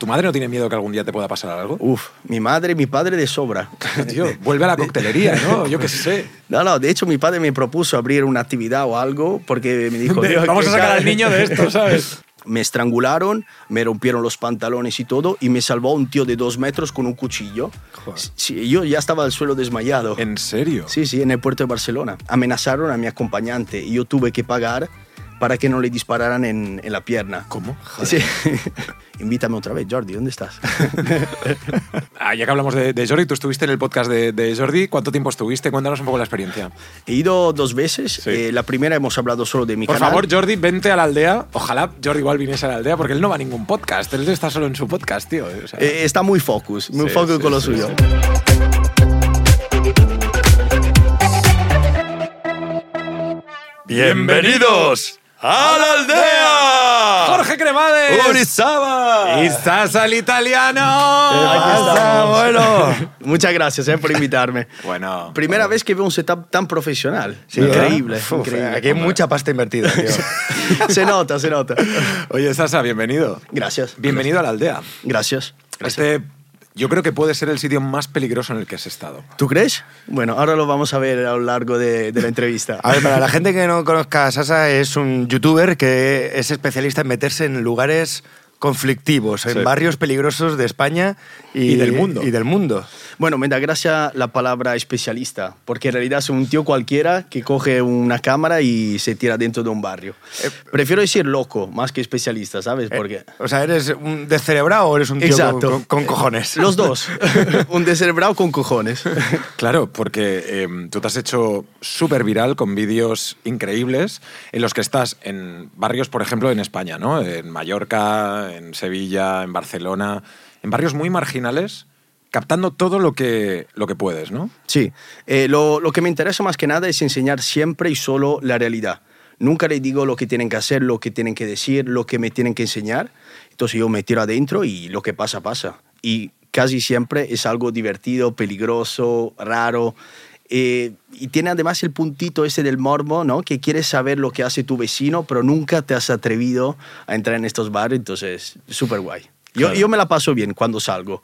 ¿Tu madre no tiene miedo que algún día te pueda pasar algo? Uf, mi madre y mi padre de sobra. Tío, vuelve a la coctelería, ¿no? Yo qué sé. No, de hecho mi padre me propuso abrir una actividad o algo porque me dijo... Vamos a sacar al niño de esto, ¿sabes? Me estrangularon, me rompieron los pantalones y todo, y me salvó un tío de 2 metros con un cuchillo. Sí, yo ya estaba al suelo desmayado. ¿En serio? Sí, en el puerto de Barcelona. Amenazaron a mi acompañante y yo tuve que pagar para que no le dispararan en la pierna. ¿Cómo? Sí. Invítame otra vez, Jordi, ¿dónde estás? Ya que hablamos de Jordi, tú estuviste en el podcast de Jordi. ¿Cuánto tiempo estuviste? Cuéntanos un poco la experiencia. He ido 2 veces. Sí. La primera hemos hablado solo de mi Por canal. favor, Jordi, vente a la aldea. Ojalá Jordi igual viniese a la aldea, porque él no va a ningún podcast. Él está solo en su podcast, tío. O sea... Está muy focus con lo suyo. ¡Bienvenidos a la aldea! ¡Jorge Cremades! ¡Urizaba! ¡Y Sasa el italiano! Aquí estamos. Bueno. Muchas gracias por invitarme. Bueno. Primera vez que veo un setup tan profesional. Sí, Increíble, Uf, increíble. Aquí hay mucha pasta invertida, tío. Se nota. Oye, Sasa, bienvenido. Gracias. Bienvenido a la aldea. Gracias. Yo creo que puede ser el sitio más peligroso en el que has estado. ¿Tú crees? Bueno, ahora lo vamos a ver a lo largo de la entrevista. A ver, para la gente que no conozca a Sasa, es un youtuber que es especialista en meterse en lugares conflictivos, en barrios peligrosos de España y del mundo. Bueno, me da gracia la palabra especialista, porque en realidad soy un tío cualquiera que coge una cámara y se tira dentro de un barrio. Prefiero decir loco más que especialista, ¿sabes? Porque... O sea, ¿eres un descerebrado o eres un tío Exacto. con cojones? Los dos. Un descerebrado con cojones. Claro, porque tú te has hecho súper viral con vídeos increíbles en los que estás en barrios, por ejemplo, en España, ¿no? En Mallorca, en Sevilla, en Barcelona, en barrios muy marginales, captando todo lo que puedes, ¿no? Sí. Lo que me interesa más que nada es enseñar siempre y solo la realidad. Nunca les digo lo que tienen que hacer, lo que tienen que decir, lo que me tienen que enseñar. Entonces yo me tiro adentro y lo que pasa, pasa. Y casi siempre es algo divertido, peligroso, raro. Y tiene además el puntito ese del morbo, ¿no? Que quieres saber lo que hace tu vecino, pero nunca te has atrevido a entrar en estos barrios. Entonces, súper guay. Claro. Yo me la paso bien cuando salgo.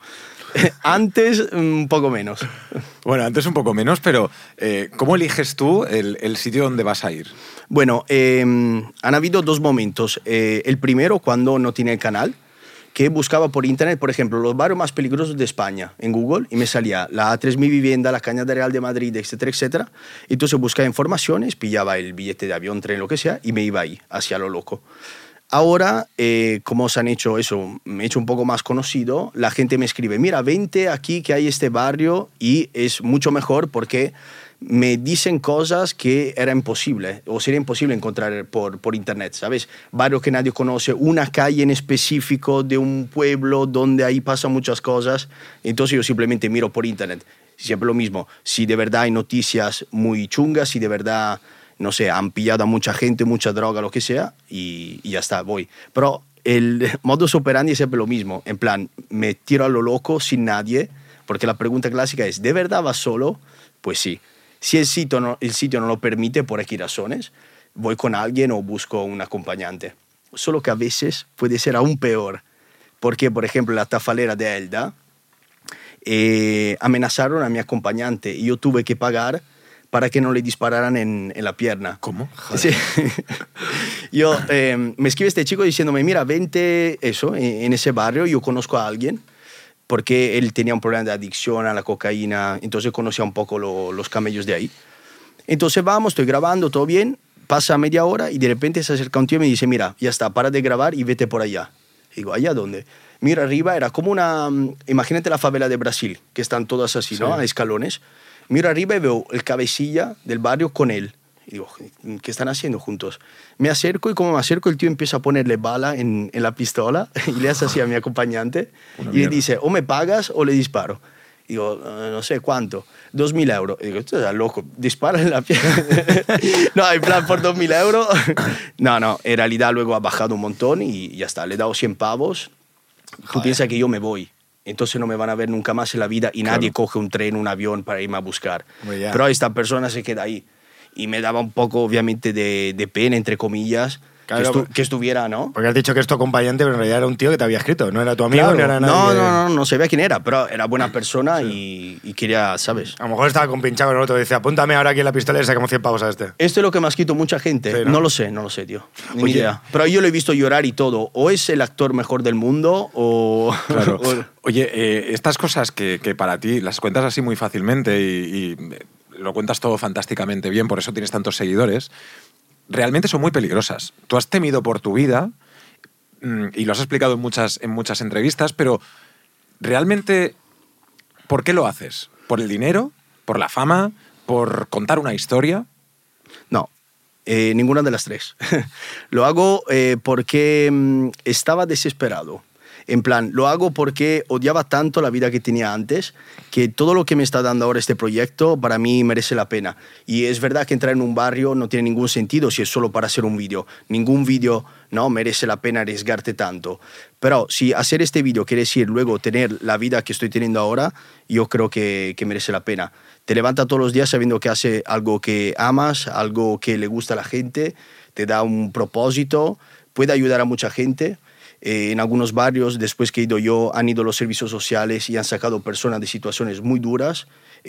Antes, un poco menos. Bueno, antes un poco menos, pero ¿cómo eliges tú el sitio donde vas a ir? Bueno, han habido 2 momentos. El primero, cuando no tenía el canal, que buscaba por internet, por ejemplo, los barrios más peligrosos de España en Google, y me salía la A3 Mi Vivienda, la Cañada Real de Madrid, etcétera, etcétera. Entonces buscaba informaciones, pillaba el billete de avión, tren, lo que sea, y me iba ahí, hacia lo loco. Ahora, como se han hecho eso, me he hecho un poco más conocido, la gente me escribe, mira, vente aquí que hay este barrio, y es mucho mejor porque me dicen cosas que era imposible o sería imposible encontrar por internet, ¿sabes? Barrios que nadie conoce, una calle en específico de un pueblo donde ahí pasan muchas cosas, entonces yo simplemente miro por internet. Siempre lo mismo, si de verdad hay noticias muy chungas, si de verdad, no sé, han pillado a mucha gente, mucha droga, lo que sea, y ya está, voy. Pero el modus operandi es siempre lo mismo, en plan, me tiro a lo loco sin nadie, porque la pregunta clásica es, ¿de verdad vas solo? Pues sí. Si el sitio no lo permite, por X razones, voy con alguien o busco un acompañante. Solo que a veces puede ser aún peor, porque, por ejemplo, la tafalera de Elda amenazaron a mi acompañante y yo tuve que pagar para que no le dispararan en la pierna. ¿Cómo? Sí. Me escribe este chico diciéndome, mira, vente en ese barrio, yo conozco a alguien, porque él tenía un problema de adicción a la cocaína, entonces conocía un poco los camellos de ahí. Entonces vamos, estoy grabando, todo bien, pasa media hora y de repente se acerca un tío y me dice, mira, ya está, para de grabar y vete por allá. Digo, ¿allá dónde? Mira, arriba era como imagínate la favela de Brasil, que están todas así, ¿no? A escalones. Miro arriba y veo el cabecilla del barrio con él. Y digo, ¿qué están haciendo juntos? Me acerco y como me acerco, el tío empieza a ponerle bala en la pistola y le hace así a mi acompañante y le dice, o me pagas o le disparo. Y digo, no sé cuánto, 2.000 euros. Y digo, esto es loco, dispara en la pierna. No, en plan, por 2.000 euros. No, en realidad luego ha bajado un montón y ya está, le he dado 100 pavos. Tú piensas que yo me voy. Entonces no me van a ver nunca más en la vida y nadie coge un tren, un avión para irme a buscar. Pero esta persona se queda ahí. Y me daba un poco, obviamente, de pena, entre comillas, Claro, que estuviera, ¿no? Porque has dicho que es tu acompañante, pero en realidad era un tío que te había escrito, no era tu amigo, Claro. ni era nadie. No sabía quién era, pero era buena persona y quería, ¿sabes? A lo mejor estaba compinchado con el otro y decía, apúntame ahora aquí en la pistola y sacamos 100 pavos a este. Esto es lo que me ha escrito mucha gente. Sí, ¿no? ¿no? Lo sé, tío. Ni idea. Pero yo lo he visto llorar y todo. O es el actor mejor del mundo o... Claro. Oye, estas cosas que para ti las cuentas así muy fácilmente y lo cuentas todo fantásticamente bien, por eso tienes tantos seguidores, realmente son muy peligrosas. Tú has temido por tu vida y lo has explicado en muchas entrevistas, pero realmente, ¿por qué lo haces? ¿Por el dinero? ¿Por la fama? ¿Por contar una historia? No, ninguna de las tres. Lo hago porque estaba desesperado. En plan, lo hago porque odiaba tanto la vida que tenía antes que todo lo que me está dando ahora este proyecto para mí merece la pena. Y es verdad que entrar en un barrio no tiene ningún sentido si es solo para hacer un vídeo. Ningún vídeo no merece la pena arriesgarte tanto. Pero si hacer este vídeo quiere decir luego tener la vida que estoy teniendo ahora, yo creo que merece la pena. Te levantas todos los días sabiendo que hace algo que amas, algo que le gusta a la gente, te da un propósito, puede ayudar a mucha gente. En algunos barrios, después que he ido yo, han ido los servicios sociales y han sacado personas de situaciones muy duras.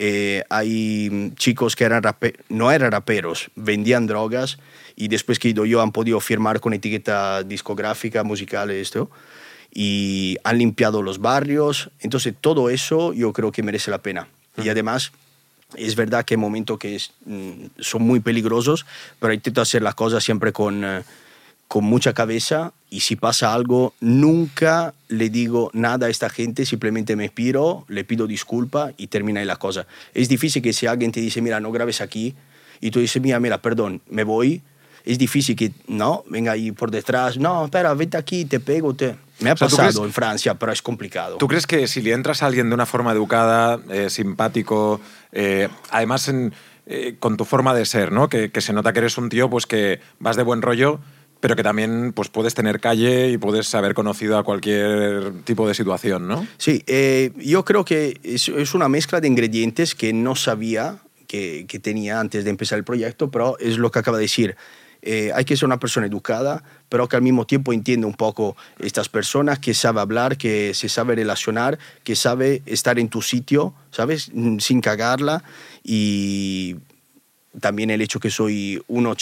Hay chicos que no eran raperos, vendían drogas y después que he ido yo han podido firmar con etiqueta discográfica, musical, esto, y han limpiado los barrios. Entonces todo eso yo creo que merece la pena. Y además... Es verdad que hay momentos que son muy peligrosos, pero intento hacer las cosas siempre con mucha cabeza y si pasa algo, nunca le digo nada a esta gente, simplemente me piro, le pido disculpa y termina ahí la cosa. Es difícil que si alguien te dice, mira, no grabes aquí, y tú dices, mira, perdón, me voy, es difícil que, no, venga ahí por detrás, no, espera, vete aquí, te pego, Me ha pasado en Francia, pero es complicado. ¿Tú crees que si le entras a alguien de una forma educada, simpático, además con tu forma de ser, ¿no? Que se nota que eres un tío pues que vas de buen rollo, pero que también pues, puedes tener calle y puedes haber conocido a cualquier tipo de situación, ¿no? Sí, yo creo que es una mezcla de ingredientes que no sabía que tenía antes de empezar el proyecto, pero es lo que acaba de decir. Hay que ser una persona educada, pero que al mismo tiempo entiende un poco estas personas, que sabe hablar, que se sabe relacionar, que sabe estar en tu sitio, ¿sabes? Sin cagarla. Y también el hecho que soy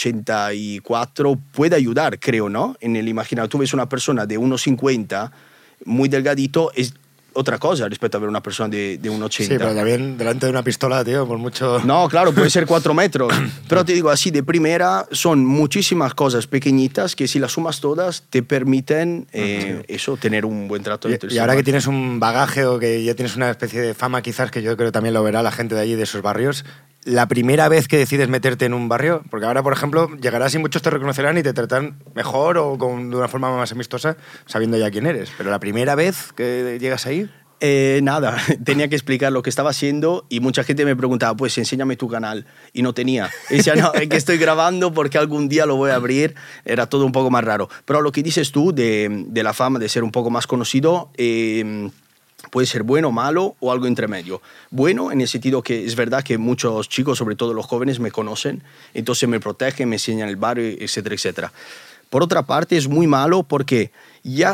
1,84 puede ayudar, creo, ¿no? En el imaginario. Tú ves una persona de 1,50 muy delgadito, es otra cosa respecto a ver una persona de 1,80. Sí, pero también delante de una pistola, tío, por mucho... No, claro, puede ser 4 metros. Pero te digo, así de primera, son muchísimas cosas pequeñitas que si las sumas todas te permiten eso, tener un buen trato. Y ahora que tienes un bagaje o que ya tienes una especie de fama quizás, que yo creo que también lo verá la gente de allí, de esos barrios, la primera vez que decides meterte en un barrio, porque ahora, por ejemplo, llegarás y muchos te reconocerán y te tratan mejor o de una forma más amistosa sabiendo ya quién eres. Pero la primera vez que llegas ahí... Nada, tenía que explicar lo que estaba haciendo y mucha gente me preguntaba, pues enséñame tu canal. Y no tenía. Y decía, no, es que estoy grabando porque algún día lo voy a abrir. Era todo un poco más raro. Pero lo que dices tú de la fama, de ser un poco más conocido... puede ser bueno, malo o algo intermedio. Bueno, en el sentido que es verdad que muchos chicos, sobre todo los jóvenes, me conocen, entonces me protegen, me enseñan el barrio, etcétera, etcétera. Por otra parte, es muy malo porque ya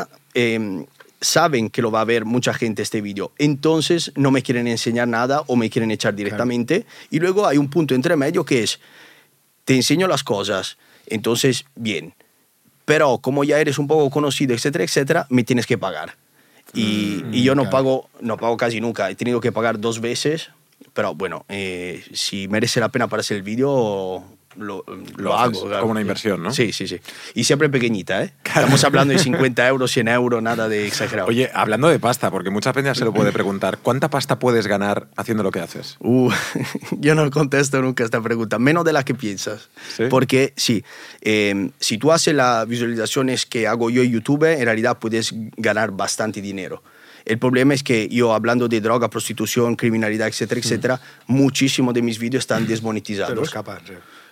saben que lo va a ver mucha gente este vídeo, entonces no me quieren enseñar nada o me quieren echar directamente. Claro. Y luego hay un punto intermedio que es, te enseño las cosas, entonces bien, pero como ya eres un poco conocido, etcétera, etcétera, me tienes que pagar. Y yo no pago casi nunca. He tenido que pagar 2 veces, pero bueno, si merece la pena para hacer el vídeo, lo hago. Claro. Como una inversión, ¿no? Sí, sí, sí. Y siempre pequeñita, ¿eh? Estamos hablando de 50 euros, 100 euros, nada de exagerado. Oye, hablando de pasta, porque mucha peña se lo puede preguntar, ¿cuánta pasta puedes ganar haciendo lo que haces? Yo no contesto nunca esta pregunta, menos de la que piensas. ¿Sí? Porque sí, si tú haces las visualizaciones que hago yo en YouTube, en realidad puedes ganar bastante dinero. El problema es que yo, hablando de droga, prostitución, criminalidad, etcétera, etcétera, muchísimos de mis vídeos están desmonetizados. Te lo escapan, sí.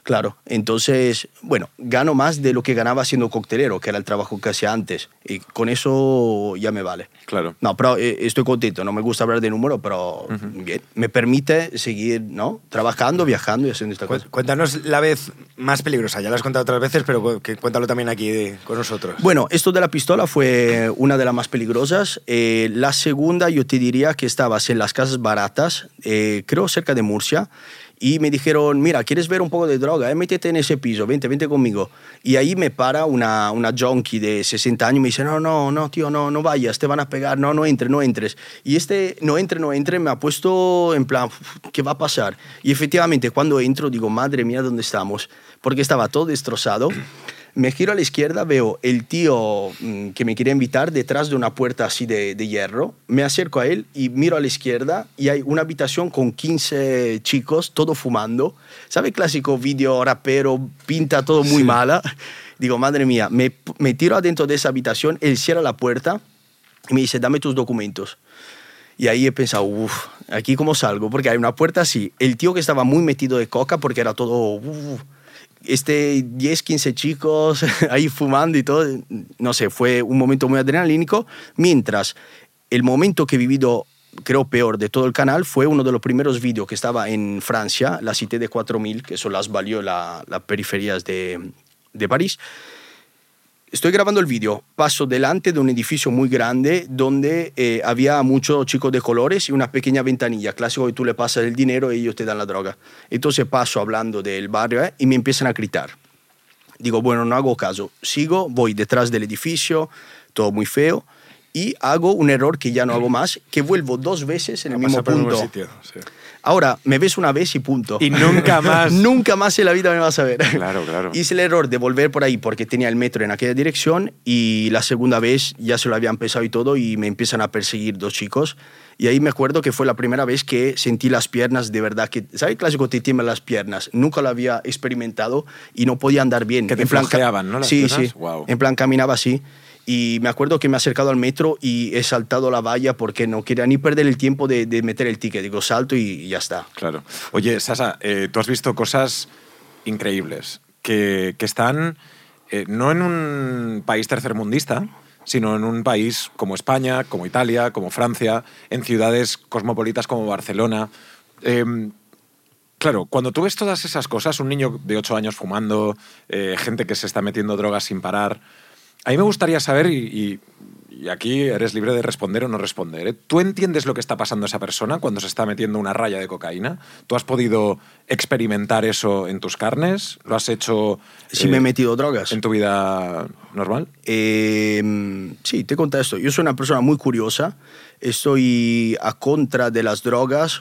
Claro, entonces, bueno, gano más de lo que ganaba siendo coctelero, que era el trabajo que hacía antes. Y con eso ya me vale. Claro. No, pero estoy contento. No me gusta hablar de número, pero bien. Me permite seguir, ¿no? Trabajando, viajando y haciendo esta cosa. Cuéntanos la vez más peligrosa. Ya lo has contado otras veces, pero cuéntalo también aquí con nosotros. Bueno, esto de la pistola fue una de las más peligrosas. La segunda, yo te diría que estabas en las casas baratas, creo cerca de Murcia, y me dijeron, mira, ¿quieres ver un poco de droga? Métete en ese piso, vente conmigo. Y ahí me para una junkie de 60 años y me dice, no, tío, no vayas, te van a pegar, no entres. Y este no entre me ha puesto en plan, ¿qué va a pasar? Y efectivamente, cuando entro, digo, madre mía, ¿dónde estamos? Porque estaba todo destrozado. Me giro a la izquierda, veo el tío que me quería invitar detrás de una puerta así de hierro. Me acerco a él y miro a la izquierda y hay una habitación con 15 chicos, todo fumando. ¿Sabe el clásico vídeo rapero, pinta todo muy mala? Digo, madre mía, me tiro adentro de esa habitación, él cierra la puerta y me dice, dame tus documentos. Y ahí he pensado, ¿aquí cómo salgo? Porque hay una puerta así. El tío que estaba muy metido de coca porque era todo... 10, 15 chicos ahí fumando y todo, no sé, fue un momento muy adrenalínico, mientras el momento que he vivido, creo peor de todo el canal, fue uno de los primeros vídeos que estaba en Francia, la Cité de 4000, que son las Banlieues, las periferias de París. Estoy grabando el vídeo, paso delante de un edificio muy grande donde había muchos chicos de colores y una pequeña ventanilla, clásico que tú le pasas el dinero y ellos te dan la droga. Entonces paso hablando del barrio y me empiezan a gritar. Digo, bueno, no hago caso. Sigo, voy detrás del edificio, todo muy feo, y hago un error que ya no hago más, que vuelvo 2 veces en el mismo punto. Sitio, sí. Ahora, me ves una vez y punto. Y nunca más. Nunca más en la vida me vas a ver. Claro. Hice el error de volver por ahí porque tenía el metro en aquella dirección y la segunda vez ya se lo habían pesado y todo y me empiezan a perseguir 2 chicos. Y ahí me acuerdo que fue la primera vez que sentí las piernas de verdad. ¿Sabes el clásico te tiemblan las piernas? Nunca lo había experimentado y no podía andar bien. Que te flojeaban, ¿no? Las sí, piernas. sí. Wow. En plan caminaba así. Y me acuerdo que me he acercado al metro y he saltado la valla porque no quería ni perder el tiempo de meter el ticket. Digo, salto y ya está. Claro. Oye, Sasa, tú has visto cosas increíbles que están no en un país tercermundista, sino en un país como España, como Italia, como Francia, en ciudades cosmopolitas como Barcelona. Claro, cuando tú ves todas esas cosas, un niño de 8 años fumando, gente que se está metiendo drogas sin parar... A mí me gustaría saber, y aquí eres libre de responder o no responder, ¿eh? ¿Tú entiendes lo que está pasando a esa persona cuando se está metiendo una raya de cocaína? ¿Tú has podido experimentar eso en tus carnes? ¿Lo has hecho Sí, me he metido drogas. en tu vida normal? Sí, te contesto. Yo soy una persona muy curiosa. Estoy a contra de las drogas,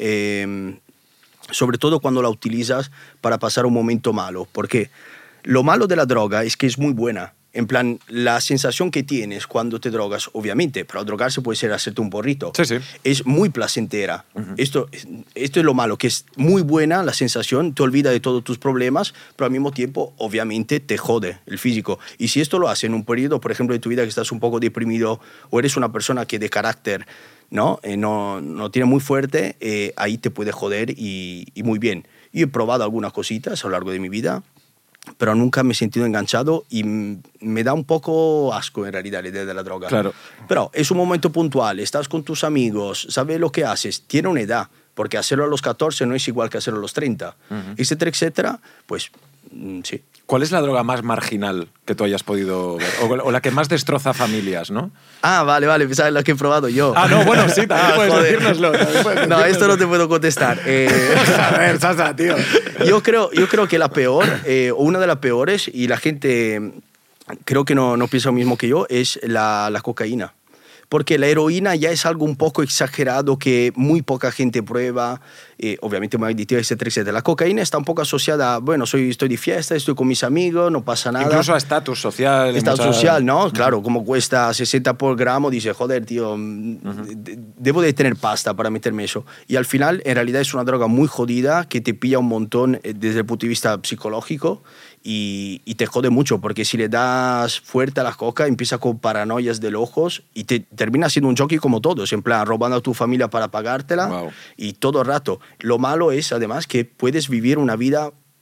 sobre todo cuando la utilizas para pasar un momento malo. Porque lo malo de la droga es que es muy buena. En plan, la sensación que tienes cuando te drogas, obviamente, pero drogarse puede ser hacerte un porrito. Sí, sí. Es muy placentera. Esto es lo malo, que es muy buena la sensación, te olvida de todos tus problemas, pero al mismo tiempo, obviamente, te jode el físico. Y si esto lo hace en un periodo, por ejemplo, de tu vida que estás un poco deprimido o eres una persona que de carácter no tiene muy fuerte, ahí te puede joder y muy bien. Yo he probado algunas cositas a lo largo de mi vida, pero nunca me he sentido enganchado y me da un poco asco en realidad la idea de la droga. Claro. Pero es un momento puntual, estás con tus amigos, sabes lo que haces, tiene una edad, porque hacerlo a los 14 no es igual que hacerlo a los 30, etcétera, etcétera, pues sí. ¿Cuál es la droga más marginal que tú hayas podido ver? O la que más destroza familias, ¿no? Ah, vale, sabes la que he probado yo. Ah, no, bueno, sí, también puedes joder. decírnoslo. No, esto no te puedo contestar. A ver, Sasa, tío. Yo creo que la peor, o una de las peores, y la gente creo que no piensa lo mismo que yo, es la cocaína. Porque la heroína ya es algo un poco exagerado que muy poca gente prueba, obviamente muy adictiva, etcétera, etcétera. La cocaína está un poco asociada a, bueno, estoy de fiesta, estoy con mis amigos, no pasa nada. Incluso a estatus social. Estatus social, ¿no? Claro, como cuesta 60 por gramo, dice, joder, tío, debo de tener pasta para meterme eso. Y al final, en realidad, es una droga muy jodida que te pilla un montón desde el punto de vista psicológico y te jode mucho, porque si le das fuerte a la coca, empieza con paranoias de los ojos y te termina siendo un jockey como todos, en plan, robando a tu familia para pagártela. Wow. Y todo el rato. Lo malo es, además, que puedes vivir una vida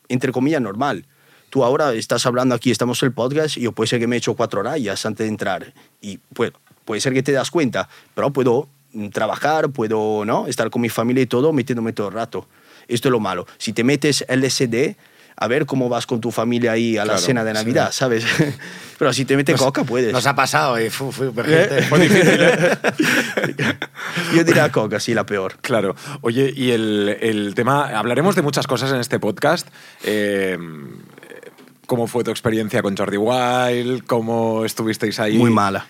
entre comillas, normal. Tú ahora estás hablando aquí, estamos en el podcast, y yo puede ser que me he hecho 4 rayas antes de entrar. Y puede ser que te das cuenta, pero puedo trabajar, puedo, ¿no?, estar con mi familia y todo, metiéndome todo el rato. Esto es lo malo. Si te metes LSD, a ver cómo vas con tu familia ahí a la cena de Navidad, sí, ¿sabes? Pero si te metes coca, puedes. Nos ha pasado y fue difícil, ¿eh? Yo diría coca, sí, la peor. Claro. Oye, y el tema... Hablaremos de muchas cosas en este podcast. ¿Cómo fue tu experiencia con Jordi Wild? ¿Cómo estuvisteis ahí? Muy mala.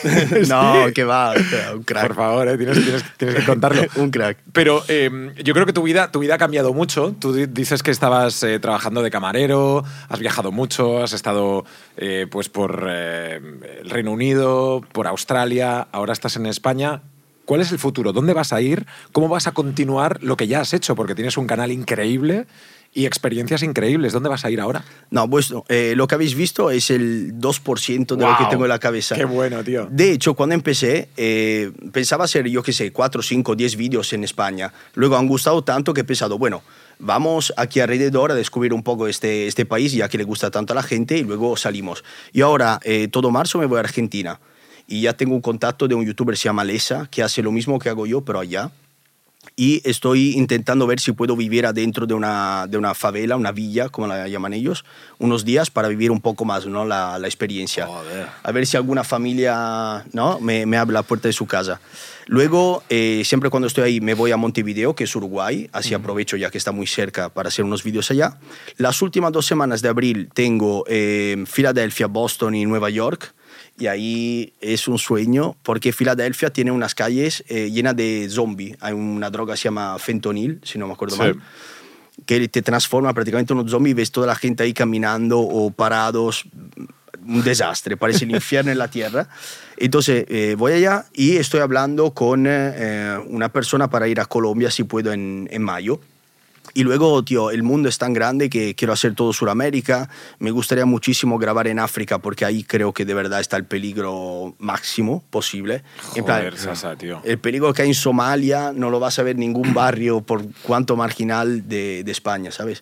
No, que va, un crack. Por favor, tienes que contarlo. Un crack. Pero yo creo que tu vida ha cambiado mucho. Tú dices que estabas trabajando de camarero, has viajado mucho, has estado pues por el Reino Unido, por Australia, ahora estás en España. ¿Cuál es el futuro? ¿Dónde vas a ir? ¿Cómo vas a continuar lo que ya has hecho? Porque tienes un canal increíble y experiencias increíbles. ¿Dónde vas a ir ahora? No, pues lo que habéis visto es el 2% de lo que tengo en la cabeza. ¡Qué bueno, tío! De hecho, cuando empecé, pensaba hacer, yo qué sé, 4, 5, 10 vídeos en España. Luego han gustado tanto que he pensado, bueno, vamos aquí alrededor a descubrir un poco este país, ya que le gusta tanto a la gente, y luego salimos. Y ahora, todo marzo me voy a Argentina. Y ya tengo un contacto de un youtuber que se llama Lesa, que hace lo mismo que hago yo, pero allá. Y estoy intentando ver si puedo vivir adentro de una favela, una villa, como la llaman ellos, unos días para vivir un poco más, ¿no?, la experiencia. Joder. A ver si alguna familia, ¿no?, me abre la puerta de su casa. Luego, siempre cuando estoy ahí, me voy a Montevideo, que es Uruguay, así aprovecho ya que está muy cerca para hacer unos vídeos allá. Las últimas 2 semanas de abril tengo Filadelfia, Boston y Nueva York. Y ahí es un sueño, porque Filadelfia tiene unas calles llenas de zombies. Hay una droga que se llama fentonil, si no me acuerdo mal, que te transforma prácticamente en un zombie y ves toda la gente ahí caminando o parados. Un desastre, parece el infierno en la tierra. Entonces voy allá y estoy hablando con una persona para ir a Colombia, si puedo, en mayo. Y luego, tío, el mundo es tan grande que quiero hacer todo Sudamérica. Me gustaría muchísimo grabar en África, porque ahí creo que de verdad está el peligro máximo posible. Joder, en plan, Sasa, tío. el peligro que hay en Somalia no lo vas a ver en ningún barrio, por cuanto marginal de España, ¿sabes?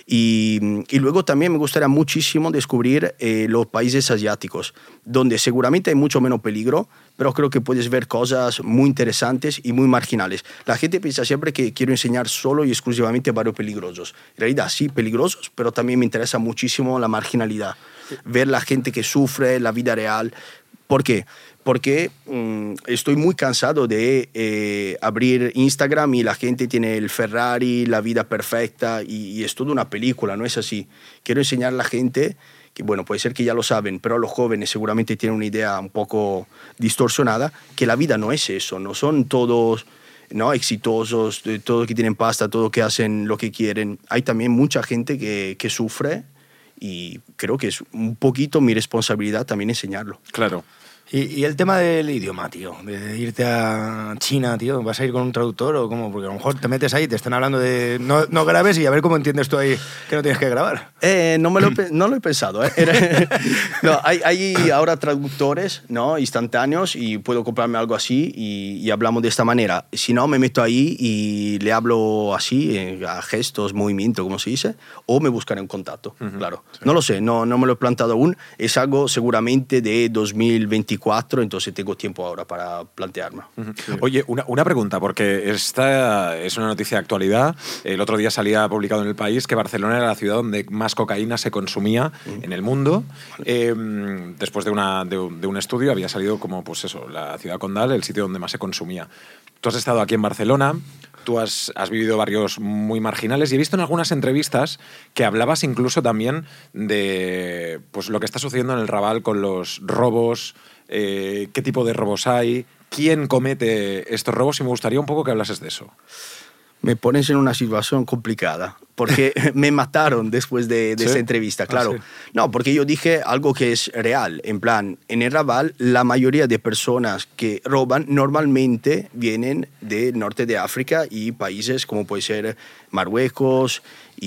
Y luego también me gustaría muchísimo descubrir los países asiáticos, donde seguramente hay mucho menos peligro, pero creo que puedes ver cosas muy interesantes y muy marginales. La gente piensa siempre que quiero enseñar solo y exclusivamente barrios peligrosos. En realidad sí, peligrosos, pero también me interesa muchísimo la marginalidad. Ver la gente que sufre, la vida real. ¿Por qué? Porque estoy muy cansado de abrir Instagram y la gente tiene el Ferrari, la vida perfecta, y es toda una película, no es así. Quiero enseñar a la gente que, bueno, puede ser que ya lo saben, pero los jóvenes seguramente tienen una idea un poco distorsionada, que la vida no es eso, no son todos, ¿no?, exitosos, todos que tienen pasta, todos que hacen lo que quieren. Hay también mucha gente que sufre, y creo que es un poquito mi responsabilidad también enseñarlo. Claro. Y el tema del idioma, tío, de irte a China, tío, ¿vas a ir con un traductor o cómo? Porque a lo mejor te metes ahí, te están hablando de no grabes y a ver cómo entiendes tú ahí que no tienes que grabar. No lo he pensado. No, hay ahora traductores, ¿no?, instantáneos, y puedo comprarme algo así y hablamos de esta manera. Si no, me meto ahí y le hablo así, a gestos, movimiento, como se dice, o me buscaré un contacto, claro. Sí. No lo sé, no me lo he plantado aún. Es algo seguramente de 2024, entonces tengo tiempo ahora para plantearme. Sí. Oye, una pregunta, porque esta es una noticia de actualidad. El otro día salía publicado en El País que Barcelona era la ciudad donde más cocaína se consumía en el mundo. Después de un estudio había salido como, pues eso, la ciudad condal, el sitio donde más se consumía. Tú has estado aquí en Barcelona, tú has vivido barrios muy marginales, y he visto en algunas entrevistas que hablabas incluso también de pues, lo que está sucediendo en el Raval con los robos, qué tipo de robos hay, quién comete estos robos, y me gustaría un poco que hablases de eso. Me pones en una situación complicada, porque me mataron después de ¿Sí? esta entrevista, claro. ¿Sí? No, porque yo dije algo que es real. En plan, en el Raval, la mayoría de personas que roban normalmente vienen del norte de África y países como puede ser Marruecos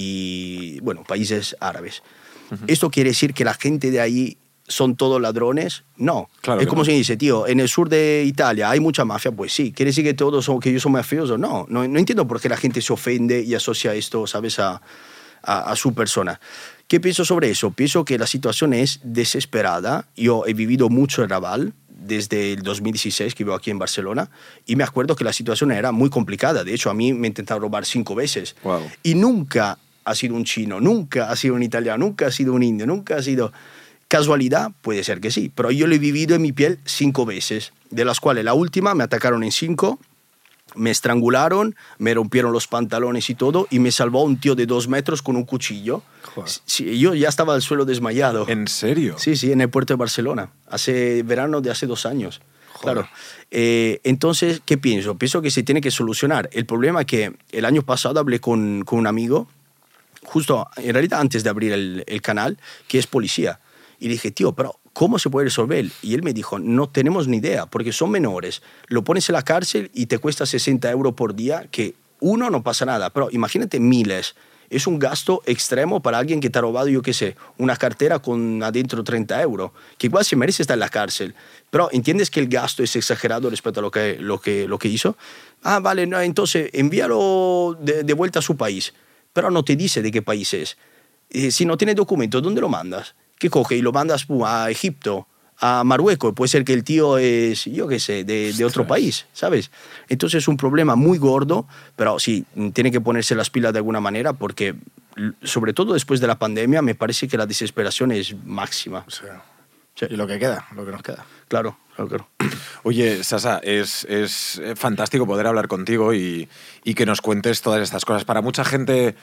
y, bueno, países árabes. ¿Esto quiere decir que la gente de ahí son todos ladrones? No. Claro es como no. se dice, tío, en el sur de Italia hay mucha mafia. Pues sí. ¿Quiere decir que ellos son mafiosos? No entiendo por qué la gente se ofende y asocia esto, ¿sabes?, a a su persona. ¿Qué pienso sobre eso? Pienso que la situación es desesperada. Yo he vivido mucho en Raval desde el 2016 que vivo aquí en Barcelona y me acuerdo que la situación era muy complicada. De hecho, a mí me intentaron robar 5 veces. Wow. Y nunca ha sido un chino, nunca ha sido un italiano, nunca ha sido un indio, nunca ha sido... ¿Casualidad? Puede ser que sí, pero yo lo he vivido en mi piel 5 veces, de las cuales la última me atacaron en 5, me estrangularon, me rompieron los pantalones y todo, y me salvó un tío de 2 metros con un cuchillo. Sí, yo ya estaba al suelo desmayado. ¿En serio? Sí, sí, en el puerto de Barcelona, hace verano de hace 2 años. Joder. Claro. Entonces, ¿qué pienso? Pienso que se tiene que solucionar. El problema es que el año pasado hablé con un amigo, justo en realidad antes de abrir el canal, que es policía. Y dije, tío, pero ¿cómo se puede resolver? Y él me dijo, no tenemos ni idea, porque son menores. Lo pones en la cárcel y te cuesta 60 euros por día, que uno no pasa nada, pero imagínate miles. Es un gasto extremo para alguien que te ha robado, yo qué sé, una cartera con adentro 30 euros, que igual se merece estar en la cárcel. Pero ¿entiendes que el gasto es exagerado respecto a lo que hizo? Ah, vale, no, entonces envíalo de vuelta a su país. Pero no te dice de qué país es. Si no tiene documentos, ¿dónde lo mandas? ¿Qué coge? Y lo mandas a Egipto, a Marruecos. Puede ser que el tío es, yo qué sé, de otro país, ¿sabes? Entonces es un problema muy gordo, pero sí, tiene que ponerse las pilas de alguna manera porque, sobre todo después de la pandemia, me parece que la desesperación es máxima. Sí. Sí. Y lo que queda, lo que nos queda. Claro, claro, claro. Oye, Sasa, es fantástico poder hablar contigo y que nos cuentes todas estas cosas. Para mucha gente,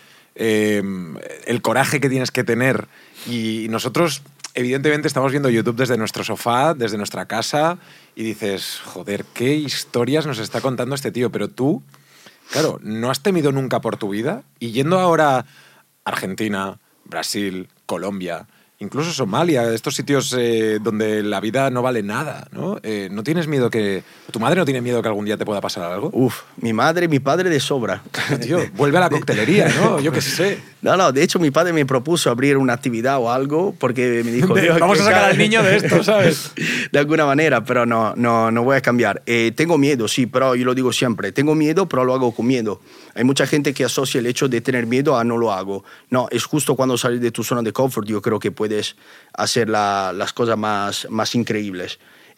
el coraje que tienes que tener, y nosotros evidentemente estamos viendo YouTube desde nuestro sofá, desde nuestra casa, y dices, joder, qué historias nos está contando este tío, pero tú, claro, no has temido nunca por tu vida, y yendo ahora a Argentina, Brasil, Colombia, incluso Somalia, estos sitios donde la vida no vale nada, ¿no? ¿No tienes miedo que... ¿Tu madre no tiene miedo que algún día te pueda pasar algo? Uf, mi madre y mi padre de sobra. Tío, vuelve a la coctelería, ¿no? Yo qué sé. No, de hecho mi padre me propuso abrir una actividad o algo porque me dijo... Vamos a sacar al niño de esto, ¿sabes? De alguna manera, pero no voy a cambiar. Tengo miedo, sí, pero yo lo digo siempre. Tengo miedo, pero lo hago con miedo. Hay mucha gente que asocia el hecho de tener miedo a no lo hago. No, es justo cuando sales de tu zona de confort, yo creo que puedes hacer las cosas más increíbles.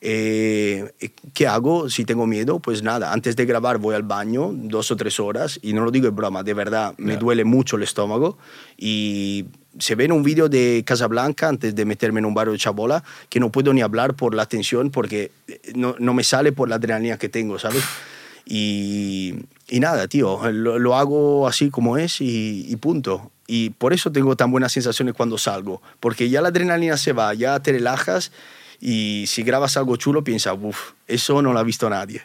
¿Qué hago si tengo miedo? Pues nada, antes de grabar voy al baño 2 o 3 horas y no lo digo en broma, de verdad, me duele mucho el estómago y se ve en un vídeo de Casablanca antes de meterme en un barrio de Chabola que no puedo ni hablar por la tensión porque no me sale por la adrenalina que tengo, ¿sabes? Y nada, tío, lo hago así como es y punto. Y por eso tengo tan buenas sensaciones cuando salgo, porque ya la adrenalina se va, ya te relajas y si grabas algo chulo piensas, uff, eso no lo ha visto nadie.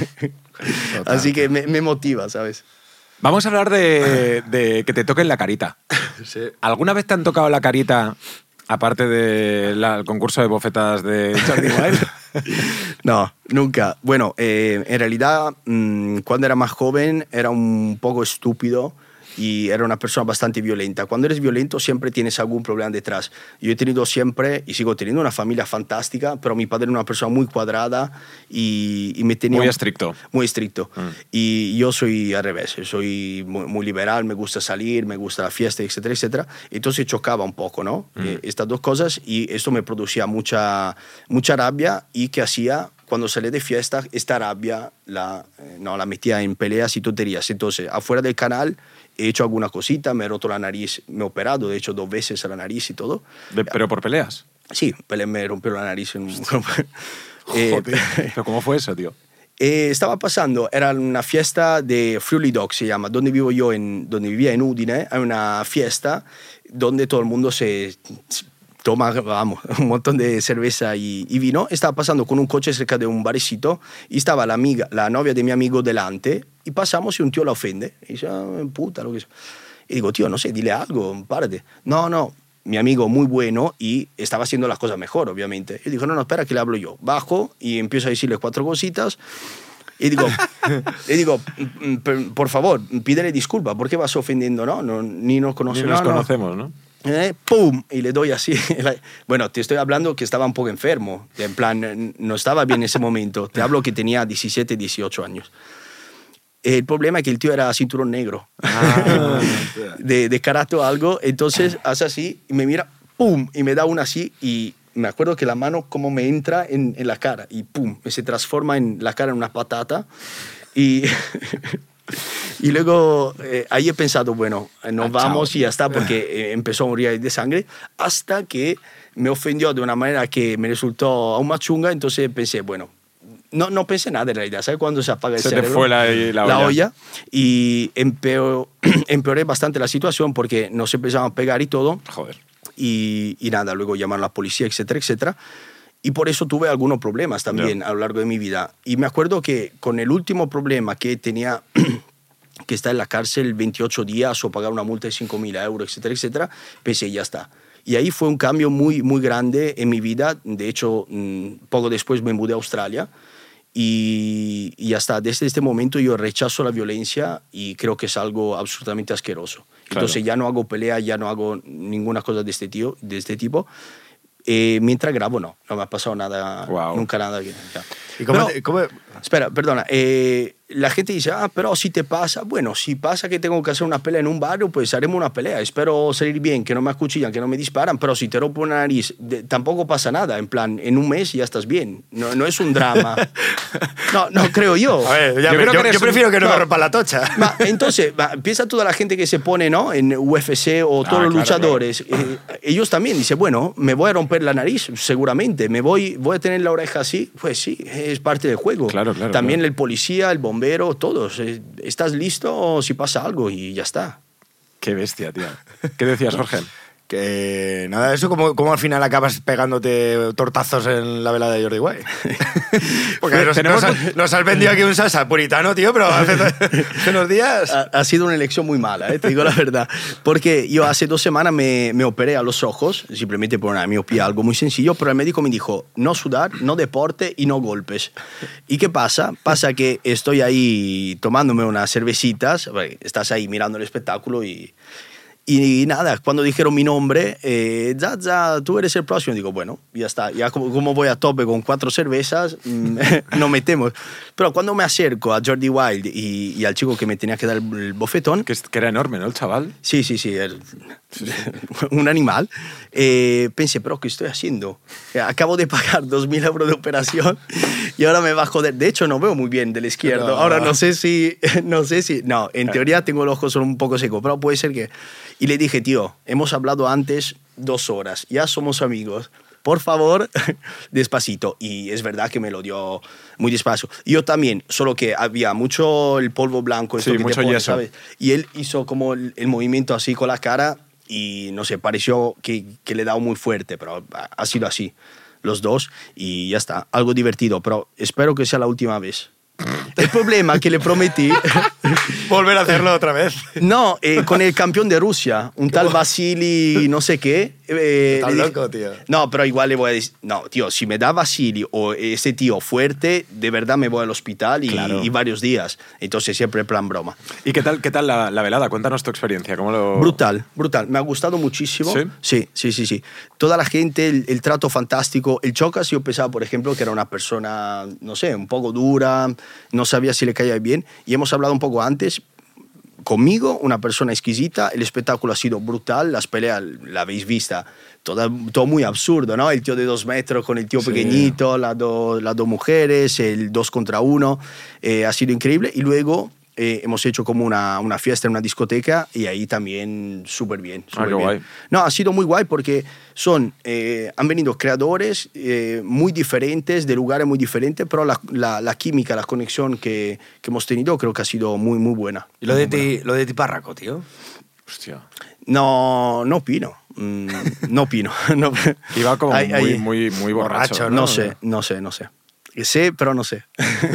Así que me motiva, ¿sabes? Vamos a hablar de que te toquen la carita. Sí. ¿Alguna vez te han tocado la carita, aparte del concurso de bofetas de Jordi Wild? No, nunca. Bueno, en realidad, cuando era más joven, era un poco estúpido y era una persona bastante violenta. Cuando eres violento siempre tienes algún problema detrás. Yo he tenido siempre, y sigo teniendo, una familia fantástica, pero mi padre era una persona muy cuadrada y me tenía... Muy estricto. Muy estricto. Y yo soy al revés, soy muy liberal, me gusta salir, me gusta la fiesta, etcétera, etcétera. Entonces chocaba un poco, ¿no? Estas dos cosas y esto me producía mucha rabia y que hacía... Cuando salí de fiesta, esta rabia la metía en peleas y tonterías. Entonces, afuera del canal he hecho alguna cosita, me he roto la nariz, me he operado, de hecho 2 veces a la nariz y todo. ¿Pero por peleas? Sí, me rompió la nariz. Joder, ¿pero cómo fue eso, tío? Estaba pasando, era una fiesta de Friuli Dog, se llama, donde vivo yo, donde vivía en Udine, hay una fiesta donde todo el mundo se toma, vamos, un montón de cerveza y vino. Estaba pasando con un coche cerca de un barecito y estaba la novia de mi amigo delante y pasamos y un tío la ofende. Y dice, puta, lo que es. Y digo, tío, no sé, dile algo, párate. No, mi amigo muy bueno y estaba haciendo las cosas mejor, obviamente. Y dijo, no, espera que le hablo yo. Bajo y empiezo a decirle 4 cositas. Y digo, por favor, pídele disculpa, ¿por qué vas ofendiendo? Ni nos conocemos. Ni nos conocemos, ¿no? ¡Pum! Y le doy así. Bueno, te estoy hablando que estaba un poco enfermo. En plan, no estaba bien en ese momento. Te hablo que tenía 17, 18 años. El problema es que el tío era cinturón negro, Ah, de karate o algo. Entonces hace así y me mira, ¡pum! Y me da una así y me acuerdo que la mano como me entra en la cara y ¡pum! Se transforma en la cara en una patata. Y, y luego ahí he pensado, bueno, nos vamos y ya está, porque empezó a morir de sangre, hasta que me ofendió de una manera que me resultó aún más chunga. Entonces pensé, bueno, no pensé nada en realidad. ¿Sabes cuando se apaga el se cerebro? te fue la olla. Y empeoré bastante la situación porque nos empezaban a pegar y todo. Joder. Y nada, luego llamaron a la policía, etcétera, etcétera. Y por eso tuve algunos problemas también a lo largo de mi vida. Y me acuerdo que con el último problema que tenía, que está en la cárcel 28 días o pagar una multa de 5.000 euros, etcétera, etcétera, pensé, ya está. Y ahí fue un cambio muy, muy grande en mi vida. De hecho, poco después me mudé a Australia. Y ya está, desde este momento yo rechazo la violencia y creo que es algo absolutamente asqueroso. Claro. Entonces ya no hago pelea, ya no hago ninguna cosa de este tipo. Mientras grabo, no me ha pasado nada, nunca nada. Ya. ¿Y cómo, Espera, perdona. La gente dice, pero si te pasa, bueno, si pasa que tengo que hacer una pelea en un barrio, pues haremos una pelea. Espero salir bien, que no me acuchillan, que no me disparan, pero si te rompo una nariz, tampoco pasa nada. En plan, en un mes ya estás bien. No es un drama. No creo yo. A ver, yo prefiero que no me rompa la tocha. Entonces, piensa toda la gente que se pone, ¿no?, en UFC o todos los luchadores. Claro. Ellos también dicen, bueno, me voy a romper la nariz, seguramente. Voy a tener la oreja así. Pues sí, es parte del juego. Claro, también claro. El policía, el bombero, todos. ¿Estás listo si pasa algo? Y ya está. Qué bestia, tío. ¿Qué decías, Jorge? Que nada, eso como al final acabas pegándote tortazos en la velada de Jordi Wild. Porque nos has vendido aquí un salsa puritano, tío, pero hace unos días... Ha sido una elección muy mala, te digo la verdad. Porque yo hace 2 semanas me operé a los ojos, simplemente por una miopía, algo muy sencillo, pero el médico me dijo, no sudar, no deporte y no golpes. ¿Y qué pasa? Pasa que estoy ahí tomándome unas cervecitas, estás ahí mirando el espectáculo y nada, cuando dijeron mi nombre, Zaza, tú eres el próximo. Digo, bueno, ya está. Ya como voy a tope con 4 cervezas, nos metemos. Pero cuando me acerco a Jordi Wild y al chico que me tenía que dar el bofetón... Que era enorme, ¿no, el chaval? Sí. Un animal. Pensé, pero ¿qué estoy haciendo? Acabo de pagar 2.000 euros de operación y ahora me va a joder. De hecho, no veo muy bien del izquierdo. Ahora no sé si... No, en teoría tengo los ojos solo un poco secos, pero puede ser que... Y le dije, tío, hemos hablado antes 2 horas, ya somos amigos, por favor, despacito. Y es verdad que me lo dio muy despacio. Yo también, solo que había mucho el polvo blanco. Sí, mucho yeso. ¿sabes? Y él hizo como el movimiento así con la cara y no sé, pareció que le he dado muy fuerte, pero ha sido así, los dos, y ya está, algo divertido, pero espero que sea la última vez. El problema que le prometí... Volver a hacerlo otra vez. No, con el campeón de Rusia, un tal Vasily no sé qué. Estás loco, tío. No, pero igual le voy a decir... No, tío, si me da Vasily o ese tío fuerte, de verdad me voy al hospital y varios días. Entonces siempre plan broma. ¿Y qué tal la velada? Cuéntanos tu experiencia. ¿Cómo lo... Brutal. Me ha gustado muchísimo. ¿Sí? Sí. Toda la gente, el trato fantástico. El Chocas, yo pensaba, por ejemplo, que era una persona, no sé, un poco dura, no sabía si le caía bien. Y hemos hablado un poco antes. Conmigo, una persona exquisita, el espectáculo ha sido brutal, las peleas la habéis vista, todo muy absurdo, ¿no? El tío de 2 metros con el tío pequeñito, las dos mujeres, el 2 contra 1, ha sido increíble. Y luego hemos hecho como una fiesta en una discoteca y ahí también súper bien. Qué guay. No, ha sido muy guay porque han venido creadores muy diferentes, de lugares muy diferentes, pero la química, la conexión que hemos tenido creo que ha sido muy, muy buena. ¿Y lo de Tiparraco, tío? Hostia. No opino. No opino. No. Iba como muy borracho, ¿no? No sé. Sé, pero no sé.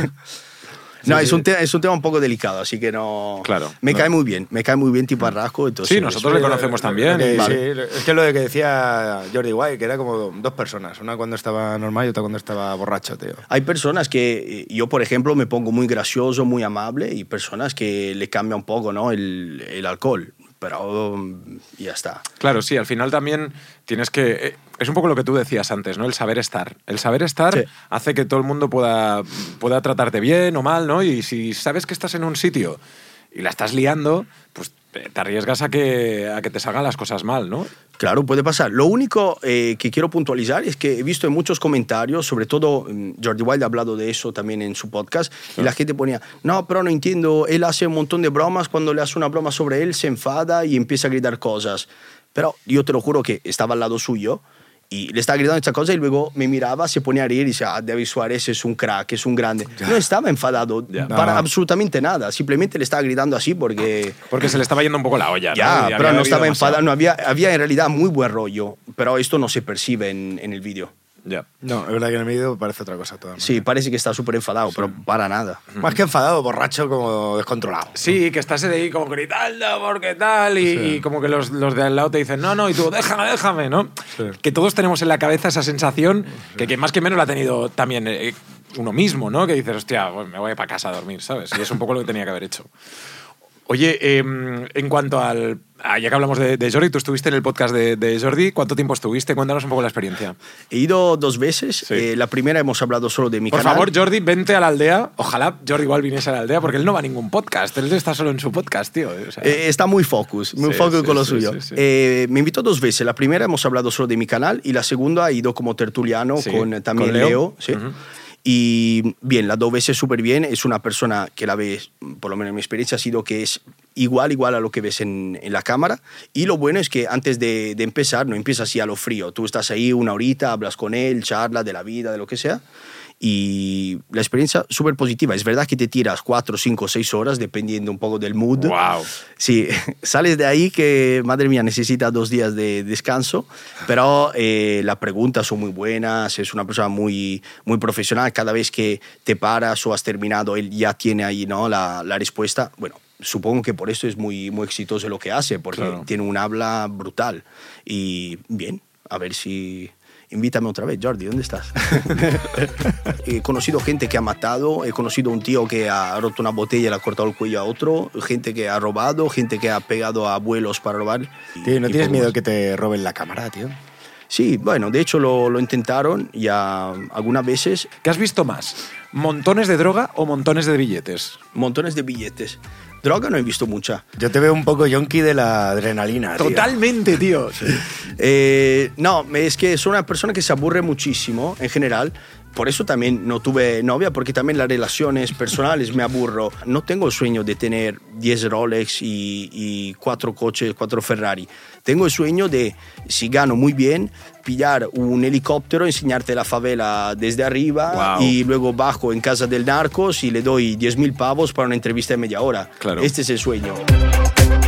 No, sí. Es un tema un poco delicado, así que no... Claro. Me cae muy bien Tiparraco. Entonces, sí, nosotros le conocemos también. Vale. Sí, es que lo de que decía Jordi Wild, que era como 2 personas, una cuando estaba normal y otra cuando estaba borracho, tío. Hay personas que yo, por ejemplo, me pongo muy gracioso, muy amable, y personas que le cambia un poco, ¿no?, el alcohol. Pero ya está. Claro, sí, al final también tienes que... es un poco lo que tú decías antes, ¿no? El saber estar. El saber estar Sí. hace que todo el mundo pueda tratarte bien o mal, ¿no? Y si sabes que estás en un sitio y la estás liando, pues te arriesgas a que te salgan las cosas mal, ¿no? Claro, puede pasar. Lo único que quiero puntualizar es que he visto en muchos comentarios, sobre todo Jordi Wild ha hablado de eso también en su podcast, y la gente ponía, no, pero no entiendo, él hace un montón de bromas, cuando le hace una broma sobre él se enfada y empieza a gritar cosas. Pero yo te lo juro que estaba al lado suyo y le estaba gritando esta cosa y luego me miraba, se ponía a reír y decía, David Suárez es un crack, es un grande. No estaba enfadado para absolutamente nada, simplemente le estaba gritando así porque se le estaba yendo un poco la olla, ¿no? ya, Y pero había no estaba bebido demasiado. enfadado, había en realidad muy buen rollo, pero esto no se percibe en el vídeo. Ya. No, es verdad que en el vídeo parece otra cosa toda. Sí, parece que está súper enfadado, pero para nada. Más que enfadado, borracho, como descontrolado. Sí, que estás ahí como gritando, porque tal, y como que los de al lado te dicen, no, y tú, déjame, ¿no? Sí. Que todos tenemos en la cabeza esa sensación que más que menos la ha tenido también uno mismo, ¿no? Que dices, hostia, pues me voy para casa a dormir, ¿sabes? Y es un poco lo que tenía que haber hecho. Oye, en cuanto al... ya que hablamos de Jordi, tú estuviste en el podcast de Jordi. ¿Cuánto tiempo estuviste? Cuéntanos un poco la experiencia. He ido 2 veces. Sí. La primera hemos hablado solo de mi Por canal. favor, Jordi, vente a la aldea. Ojalá Jordi igual viniese a la aldea, porque él no va a ningún podcast. Él está solo en su podcast, tío. O sea, Está muy focus Sí, con lo sí, suyo. sí. Me invitó 2 veces. La primera hemos hablado solo de mi canal y la segunda he ido como tertuliano Sí, con también con Leo. Leo. Sí. Y bien, las 2 veces súper bien. Es una persona que la ves, por lo menos en mi experiencia, ha sido que es igual a lo que ves en la cámara. Y lo bueno es que antes de empezar, no empiezas así a lo frío. Tú estás ahí una horita, hablas con él, charlas de la vida, de lo que sea. Y la experiencia súper positiva. Es verdad que te tiras 4, 5, 6 horas, dependiendo un poco del mood. wow. Sí, sales de ahí que, madre mía, necesitas 2 días de descanso, pero las preguntas son muy buenas, es una persona muy, muy profesional. Cada vez que te paras o has terminado, él ya tiene ahí, ¿no?, la respuesta. Bueno, supongo que por eso es muy, muy exitoso lo que hace, porque Claro. tiene un habla brutal. Y bien, a ver si... Invítame otra vez, Jordi, ¿dónde estás? He conocido gente que ha matado, he conocido un tío que ha roto una botella y le ha cortado el cuello a otro, gente que ha robado, gente que ha pegado a abuelos para robar. Tío, ¿no y tienes poco miedo más. que te roben la cámara, tío? Sí, bueno, de hecho lo intentaron ya algunas veces, ¿Qué has visto más? ¿Montones de droga o montones de billetes? montones de billetes. Droga no he visto mucha. Yo te veo un poco yonki de la adrenalina, tío. Totalmente, tío. No, es que soy una persona que se aburre muchísimo en general. Por eso también no tuve novia, porque también las relaciones personales me aburro. No tengo el sueño de tener 10 Rolex y 4 coches, 4 Ferrari. Tengo el sueño de, si gano muy bien, pillar un helicóptero, enseñarte la favela desde arriba. Wow. Y luego bajo en casa del narcos y le doy 10.000 pavos para una entrevista de media hora. Claro. Este es el sueño.